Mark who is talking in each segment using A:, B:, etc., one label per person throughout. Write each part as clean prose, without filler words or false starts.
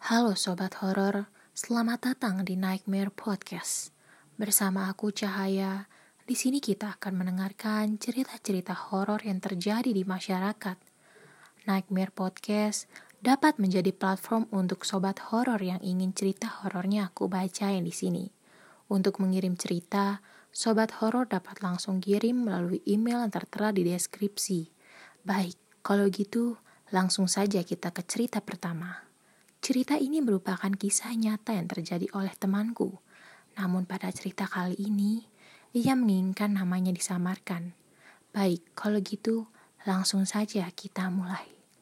A: Halo Sobat Horor, selamat datang di Nightmare Podcast. Bersama aku Cahaya, di sini kita akan mendengarkan cerita-cerita horor yang terjadi di masyarakat. Nightmare Podcast dapat menjadi platform untuk sobat horor yang ingin cerita horornya aku bacain di sini. Untuk mengirim cerita, sobat horor dapat langsung kirim melalui email yang tertera di deskripsi. Baik, kalau gitu langsung saja kita ke cerita pertama. Cerita ini merupakan kisah nyata yang terjadi oleh temanku. Namun pada cerita kali ini, ia menginginkan namanya disamarkan. Baik, kalau gitu langsung saja kita mulai.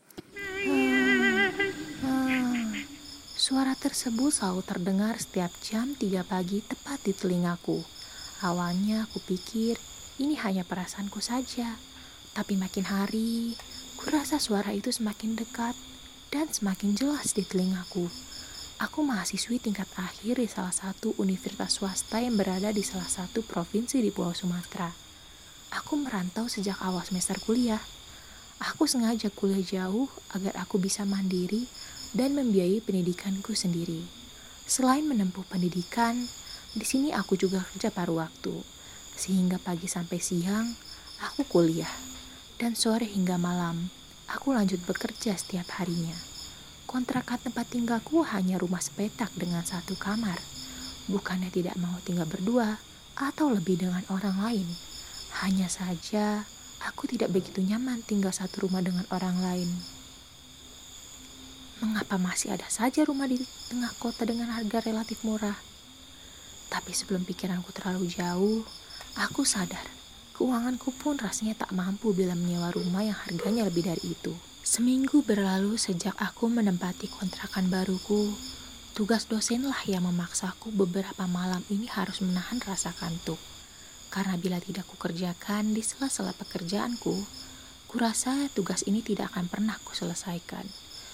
A: Suara tersebut selalu terdengar setiap jam 3 pagi tepat di telingaku. Awalnya aku pikir ini hanya perasaanku saja. Tapi makin hari, kurasa suara itu semakin dekat dan semakin jelas di telingaku. Aku mahasiswi tingkat akhir di salah satu universitas swasta yang berada di salah satu provinsi di Pulau Sumatera. Aku merantau sejak awal semester kuliah. Aku sengaja kuliah jauh agar aku bisa mandiri dan membiayai pendidikanku sendiri. Selain menempuh pendidikan, di sini aku juga kerja paruh waktu. Sehingga pagi sampai siang, aku kuliah. Dan sore hingga malam, aku lanjut bekerja setiap harinya. Kontrakan tempat tinggalku hanya rumah sepetak dengan satu kamar. Bukannya tidak mau tinggal berdua atau lebih dengan orang lain. Hanya saja, aku tidak begitu nyaman tinggal satu rumah dengan orang lain. Mengapa masih ada saja rumah di tengah kota dengan harga relatif murah? Tapi sebelum pikiranku terlalu jauh, aku sadar keuanganku pun rasanya tak mampu bila menyewa rumah yang harganya lebih dari itu. Seminggu berlalu sejak aku menempati kontrakan baruku. Tugas dosenlah yang memaksaku beberapa malam ini harus menahan rasa kantuk. Karena bila tidak kukerjakan di sela-sela pekerjaanku, kurasa tugas ini tidak akan pernah kuselesaikan.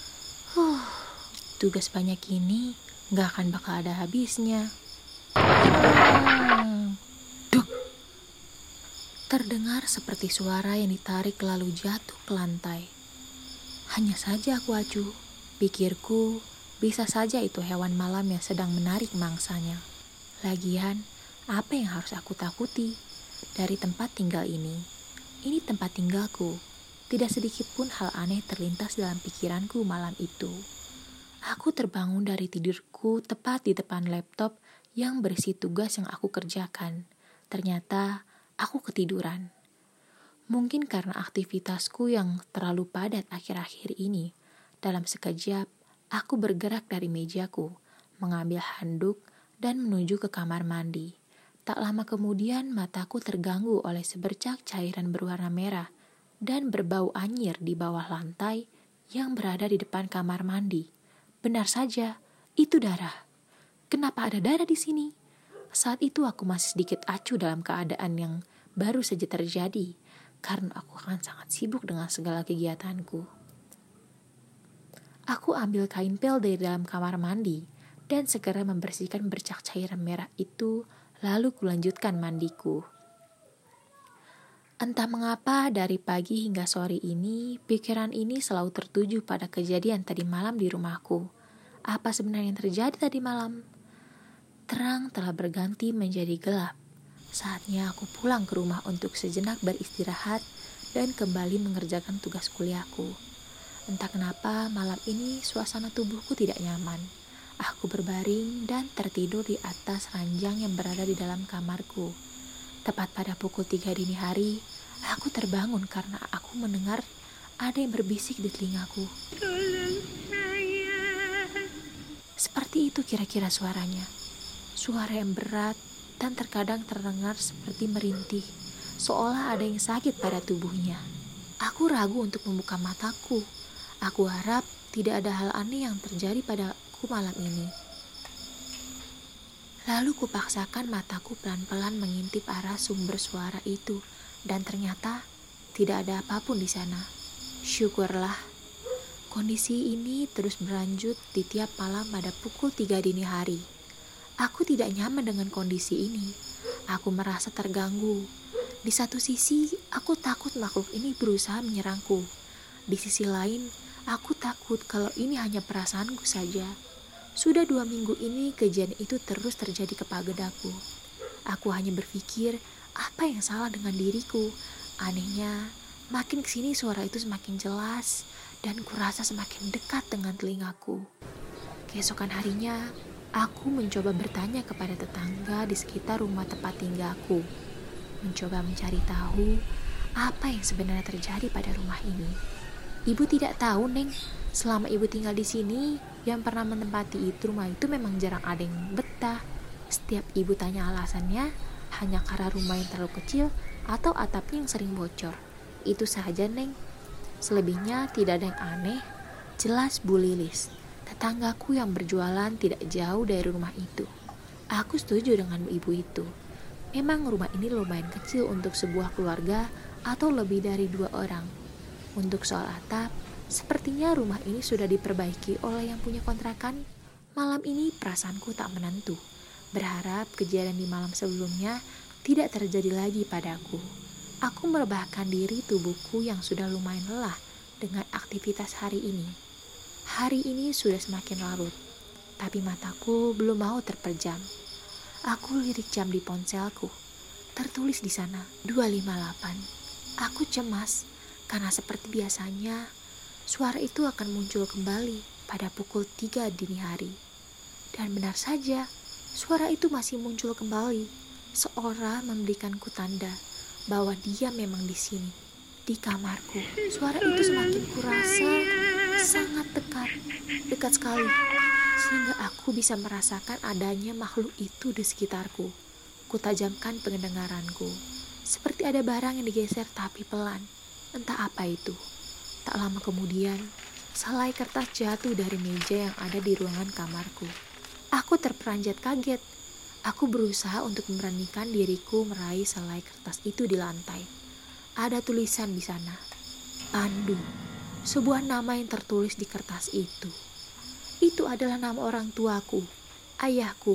A: Tugas banyak ini gak akan bakal ada habisnya. Terdengar seperti suara yang ditarik lalu jatuh ke lantai. Hanya saja aku acuh, pikirku bisa saja itu hewan malam yang sedang menarik mangsanya. Lagian, apa yang harus aku takuti dari tempat tinggal ini? Ini tempat tinggalku. Tidak sedikit pun hal aneh terlintas dalam pikiranku malam itu. Aku terbangun dari tidurku tepat di depan laptop yang berisi tugas yang aku kerjakan. Ternyata aku ketiduran. Mungkin karena aktivitasku yang terlalu padat akhir-akhir ini. Dalam sekejap, aku bergerak dari mejaku, mengambil handuk dan menuju ke kamar mandi. Tak lama kemudian mataku terganggu oleh sebercak cairan berwarna merah dan berbau anyir di bawah lantai yang berada di depan kamar mandi. Benar saja, itu darah. Kenapa ada darah di sini? Saat itu aku masih sedikit acuh dalam keadaan yang baru saja terjadi, karena aku akan sangat sibuk dengan segala kegiatanku. Aku ambil kain pel dari dalam kamar mandi dan segera membersihkan bercak cairan merah itu, lalu kulanjutkan mandiku. Entah mengapa dari pagi hingga sore ini, pikiran ini selalu tertuju pada kejadian tadi malam di rumahku. Apa sebenarnya yang terjadi tadi malam? Terang telah berganti menjadi gelap. Saatnya aku pulang ke rumah untuk sejenak beristirahat dan kembali mengerjakan tugas kuliahku. Entah kenapa malam ini suasana tubuhku tidak nyaman. Aku berbaring dan tertidur di atas ranjang yang berada di dalam kamarku. Tepat pada pukul 3 dini hari, aku terbangun karena aku mendengar ada yang berbisik di telingaku. Tolong saya. Seperti itu kira-kira suaranya. Suara yang berat dan terkadang terdengar seperti merintih, seolah ada yang sakit pada tubuhnya. Aku ragu untuk membuka mataku. Aku harap tidak ada hal aneh yang terjadi padaku malam ini. Lalu kupaksakan mataku pelan-pelan mengintip arah sumber suara itu, dan ternyata tidak ada apapun di sana. Syukurlah. Kondisi ini terus berlanjut di tiap malam pada pukul 3 dini hari. Aku tidak nyaman dengan kondisi ini. Aku merasa terganggu. Di satu sisi, aku takut makhluk ini berusaha menyerangku. Di sisi lain, aku takut kalau ini hanya perasaanku saja. Sudah 2 minggu ini kejadian itu terus terjadi kepadaku. Aku hanya berpikir, apa yang salah dengan diriku? Anehnya, makin kesini suara itu semakin jelas dan kurasa semakin dekat dengan telingaku. Keesokan harinya, aku mencoba bertanya kepada tetangga di sekitar rumah tempat tinggalku. Mencoba mencari tahu apa yang sebenarnya terjadi pada rumah ini. Ibu tidak tahu, Neng. Selama ibu tinggal di sini, yang pernah menempati rumah itu memang jarang ada yang betah. Setiap ibu tanya alasannya, hanya karena rumah yang terlalu kecil atau atapnya yang sering bocor. Itu saja, Neng. Selebihnya tidak ada yang aneh. Jelas Bu Lilis, tetanggaku yang berjualan tidak jauh dari rumah itu. Aku setuju dengan ibu itu. Memang rumah ini lumayan kecil untuk sebuah keluarga atau lebih dari 2 orang. Untuk soal atap, sepertinya rumah ini sudah diperbaiki oleh yang punya kontrakan. Malam ini perasaanku tak menentu. Berharap kejadian di malam sebelumnya tidak terjadi lagi padaku. Aku merebahkan diri tubuhku yang sudah lumayan lelah dengan aktivitas hari ini. Hari ini sudah semakin larut, tapi mataku belum mau terpejam. Aku lirik jam di ponselku. Tertulis di sana 2.58. Aku cemas karena seperti biasanya suara itu akan muncul kembali pada pukul 3 dini hari. Dan benar saja, suara itu masih muncul kembali, seolah memberikanku tanda bahwa dia memang di sini, di kamarku. Suara itu semakin kurasa sangat dekat sekali, sehingga aku bisa merasakan adanya makhluk itu di sekitarku. Kutajamkan pendengaranku, seperti ada barang yang digeser tapi pelan. Entah apa itu. Tak lama kemudian, selai kertas jatuh dari meja yang ada di ruangan kamarku. Aku terperanjat kaget. Aku berusaha untuk memberanikan diriku meraih selai kertas itu di lantai. Ada tulisan di sana. Pandu. Sebuah nama yang tertulis di kertas itu. Itu adalah nama orang tuaku, ayahku.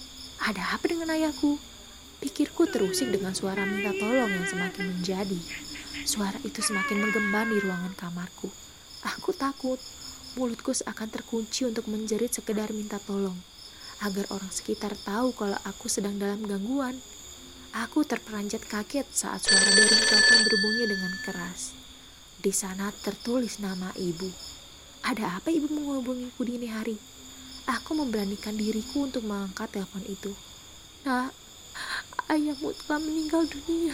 A: Ada apa dengan ayahku? Pikirku terusik dengan suara minta tolong yang semakin menjadi. Suara itu semakin menggema di ruangan kamarku. Aku takut, mulutku seakan terkunci untuk menjerit sekedar minta tolong, agar orang sekitar tahu kalau aku sedang dalam gangguan. Aku terperanjat kaget saat suara dering telepon berbunyi dengan keras. Di sana tertulis nama ibu. Ada apa ibu menghubungiku dini hari? Aku memberanikan diriku untuk mengangkat telepon itu. Nak, ayahmu telah meninggal dunia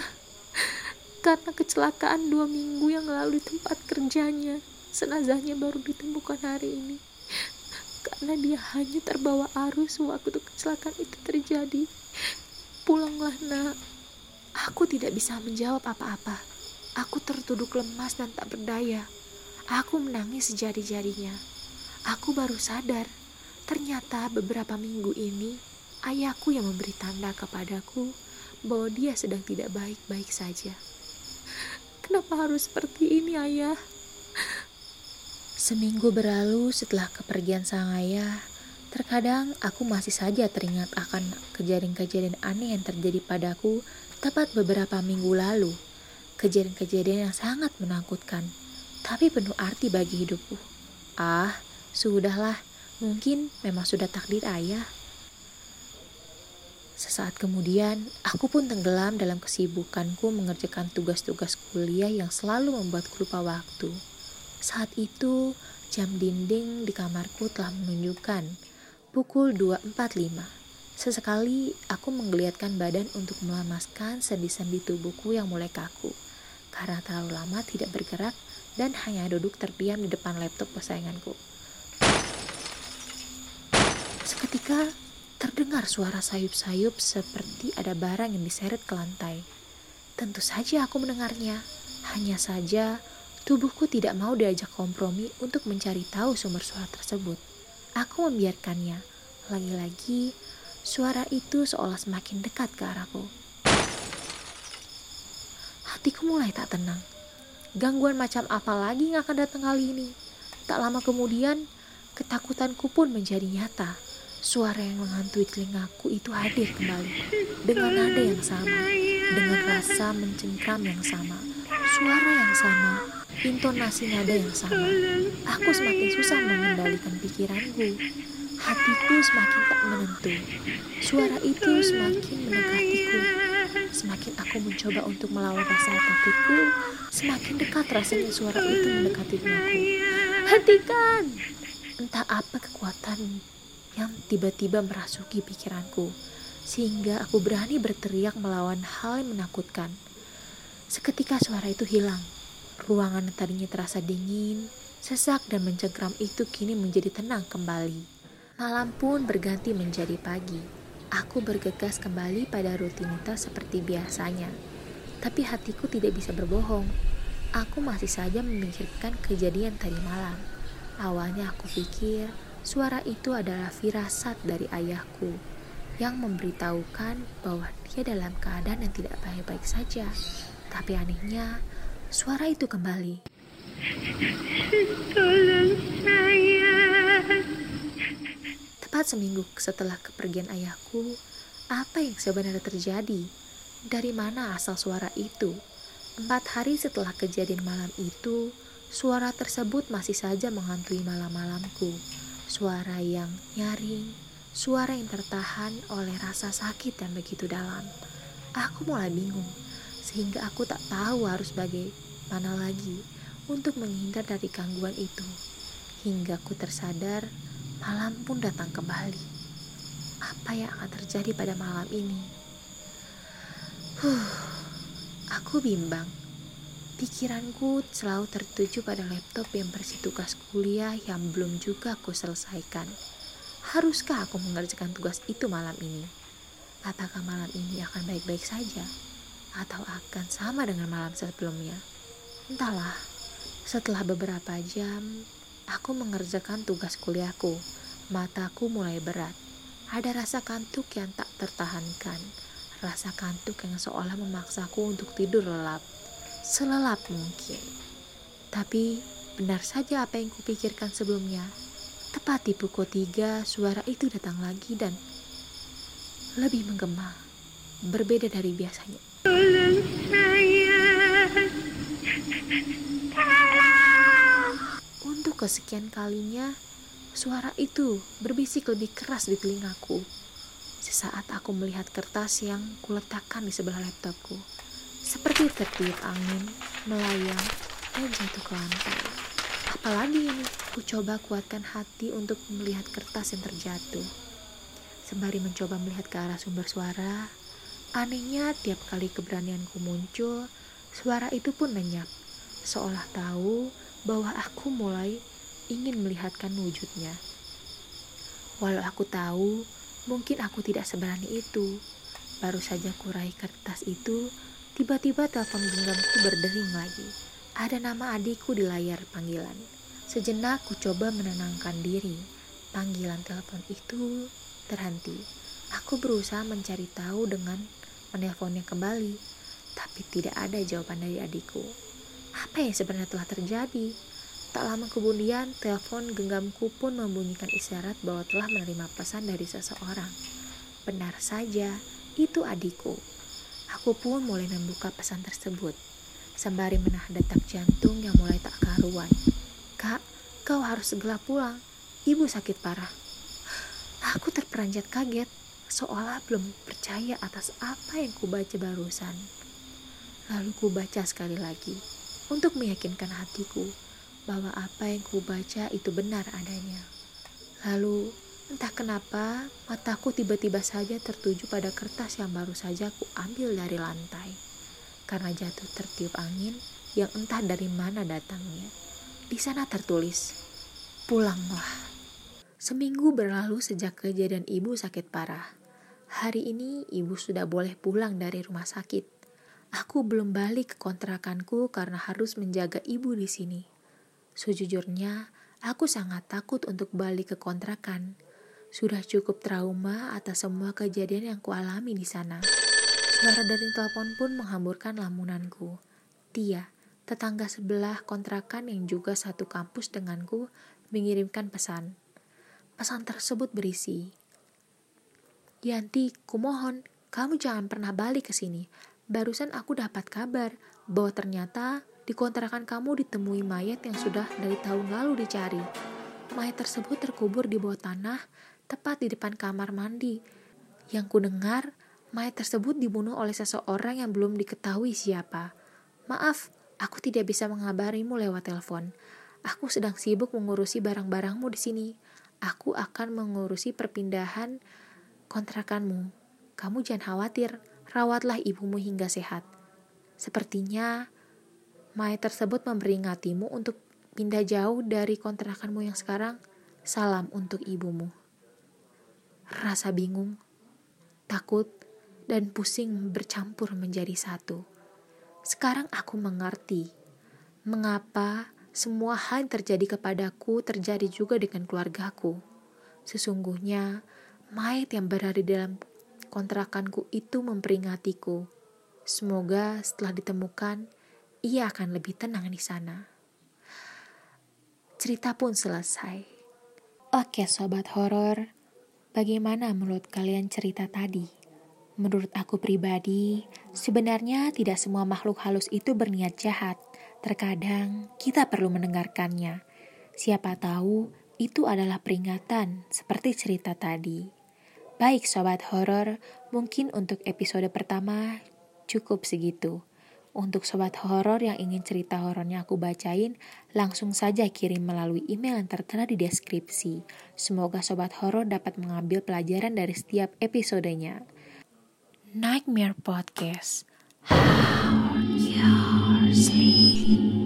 A: karena kecelakaan 2 minggu yang lalu di tempat kerjanya. Senazahnya baru ditemukan hari ini. Karena dia hanya terbawa arus waktu kecelakaan itu terjadi. Pulanglah, nak. Aku tidak bisa menjawab apa-apa. Aku tertuduk lemas dan tak berdaya. Aku menangis sejadi-jadinya. Aku baru sadar, ternyata beberapa minggu ini ayahku yang memberi tanda kepadaku bahwa dia sedang tidak baik-baik saja. Kenapa harus seperti ini, ayah? Seminggu berlalu setelah kepergian sang ayah. Terkadang aku masih saja teringat akan kejadian-kejadian aneh yang terjadi padaku tepat beberapa minggu lalu. Kejadian-kejadian yang sangat menakutkan, tapi penuh arti bagi hidupku. Sudahlah, mungkin memang sudah takdir ayah. Sesaat kemudian, aku pun tenggelam dalam kesibukanku mengerjakan tugas-tugas kuliah yang selalu membuatku lupa waktu. Saat itu, jam dinding di kamarku telah menunjukkan pukul 2.45. Sesekali, aku menggeliatkan badan untuk melemaskan sendi-sendi tubuhku yang mulai kaku, karena terlalu lama tidak bergerak dan hanya duduk terdiam di depan laptop kesayanganku. Seketika, terdengar suara sayup-sayup seperti ada barang yang diseret ke lantai. Tentu saja aku mendengarnya. Hanya saja tubuhku tidak mau diajak kompromi untuk mencari tahu sumber suara tersebut. Aku membiarkannya. Lagi-lagi suara itu seolah semakin dekat ke arahku. Hatiku mulai tak tenang. Gangguan macam apa lagi yang akan datang kali ini? Tak lama kemudian, ketakutanku pun menjadi nyata. Suara yang menghantui telingaku itu hadir kembali, dengan nada yang sama, dengan rasa mencengkram yang sama, suara yang sama, intonasi nada yang sama. Aku semakin susah mengendalikan pikiranku. Hatiku semakin tak menentu. Suara itu semakin mendekatiku. Semakin aku mencoba untuk melawan rasa takutku, semakin dekat rasanya suara itu mendekati telingaku. Hentikan! Entah apa kekuatan yang tiba-tiba merasuki pikiranku, sehingga aku berani berteriak melawan hal yang menakutkan. Seketika suara itu hilang. Ruangan yang tadinya terasa dingin, sesak dan mencengkram itu kini menjadi tenang kembali. Malam pun berganti menjadi pagi. Aku bergegas kembali pada rutinitas seperti biasanya. Tapi hatiku tidak bisa berbohong. Aku masih saja memikirkan kejadian tadi malam. Awalnya aku pikir suara itu adalah firasat dari ayahku yang memberitahukan bahwa dia dalam keadaan yang tidak baik-baik saja. Tapi anehnya, suara itu kembali. Tolong saya. Tepat seminggu setelah kepergian ayahku, apa yang sebenarnya terjadi? Dari mana asal suara itu? 4 hari setelah kejadian malam itu, suara tersebut masih saja menghantui malam-malamku. Suara yang nyaring, suara yang tertahan oleh rasa sakit yang begitu dalam. Aku mulai bingung, sehingga aku tak tahu harus bagaimana lagi untuk menghindar dari gangguan itu. Hingga aku tersadar, malam pun datang kembali. Apa yang akan terjadi pada malam ini? Aku bimbang. Pikiranku selalu tertuju pada laptop yang berisi tugas kuliah yang belum juga aku selesaikan. Haruskah aku mengerjakan tugas itu malam ini? Apakah malam ini akan baik-baik saja? Atau akan sama dengan malam sebelumnya? Entahlah. Setelah beberapa jam, aku mengerjakan tugas kuliahku. Mataku mulai berat. Ada rasa kantuk yang tak tertahankan. Rasa kantuk yang seolah memaksaku untuk tidur lelap. Selelap mungkin. Tapi benar saja apa yang kupikirkan sebelumnya. Tepat di pukul 3, suara itu datang lagi dan lebih menggema. Berbeda dari biasanya. Tolong saya. Untuk kesekian kalinya, suara itu berbisik lebih keras di telingaku. Sesaat aku melihat kertas yang kuletakkan di sebelah laptopku. Seperti tertiup angin, melayang, dan jatuh ke lantai. Apalagi ini, ku coba kuatkan hati untuk melihat kertas yang terjatuh. Sembari mencoba melihat ke arah sumber suara, anehnya tiap kali keberanianku muncul, suara itu pun lenyap. Seolah tahu bahwa aku mulai ingin melihatkan wujudnya. Walau aku tahu, mungkin aku tidak seberani itu. Baru saja kurai kertas itu, tiba-tiba telepon genggamku berdering lagi. Ada nama adikku di layar panggilan. Sejenak ku coba menenangkan diri. Panggilan telepon itu terhenti. Aku berusaha mencari tahu dengan menelponnya kembali, tapi tidak ada jawaban dari adikku. Apa yang sebenarnya telah terjadi? Tak lama kemudian, telepon genggamku pun membunyikan isyarat bahwa telah menerima pesan dari seseorang. Benar saja, itu adikku. Aku pun mulai membuka pesan tersebut, sembari menahan detak jantung yang mulai tak karuan. Kak, kau harus segera pulang. Ibu sakit parah. Aku terperanjat kaget, seolah belum percaya atas apa yang kubaca barusan. Lalu kubaca sekali lagi, untuk meyakinkan hatiku bahwa apa yang kubaca itu benar adanya. Lalu, entah kenapa, mataku tiba-tiba saja tertuju pada kertas yang baru saja ku ambil dari lantai. Karena jatuh tertiup angin yang entah dari mana datangnya. Di sana tertulis, "Pulanglah." Seminggu berlalu sejak kejadian ibu sakit parah. Hari ini ibu sudah boleh pulang dari rumah sakit. Aku belum balik ke kontrakanku karena harus menjaga ibu di sini. Sejujurnya, aku sangat takut untuk balik ke kontrakan. Sudah cukup trauma atas semua kejadian yang kualami di sana. Suara dering telepon pun menghamburkan lamunanku. Tia, tetangga sebelah kontrakan yang juga satu kampus denganku, mengirimkan pesan. Pesan tersebut berisi, "Yanti, kumohon, kamu jangan pernah balik ke sini. Barusan aku dapat kabar bahwa ternyata di kontrakan kamu ditemui mayat yang sudah dari tahun lalu dicari. Mayat tersebut terkubur di bawah tanah tepat di depan kamar mandi. Yang ku dengar, mayat tersebut dibunuh oleh seseorang yang belum diketahui siapa. Maaf, aku tidak bisa mengabarimu lewat telepon. Aku sedang sibuk mengurusi barang-barangmu di sini. Aku akan mengurusi perpindahan kontrakanmu. Kamu jangan khawatir, rawatlah ibumu hingga sehat. Sepertinya mayat tersebut memperingatimu untuk pindah jauh dari kontrakanmu yang sekarang. Salam untuk ibumu. Rasa bingung, takut, dan pusing bercampur menjadi satu. Sekarang aku mengerti mengapa semua hal yang terjadi kepadaku terjadi juga dengan keluargaku. Sesungguhnya, mayat yang berada di dalam kontrakanku itu memperingatiku. Semoga setelah ditemukan, ia akan lebih tenang di sana. Cerita pun selesai. Oke sobat horor, bagaimana menurut kalian cerita tadi? Menurut aku pribadi, sebenarnya tidak semua makhluk halus itu berniat jahat. Terkadang kita perlu mendengarkannya. Siapa tahu itu adalah peringatan seperti cerita tadi. Baik sobat horor, mungkin untuk episode pertama cukup segitu. Untuk sobat horor yang ingin cerita horornya aku bacain, langsung saja kirim melalui email yang tertera di deskripsi. Semoga sobat horor dapat mengambil pelajaran dari setiap episodenya. Nightmare Podcast. How you sleep.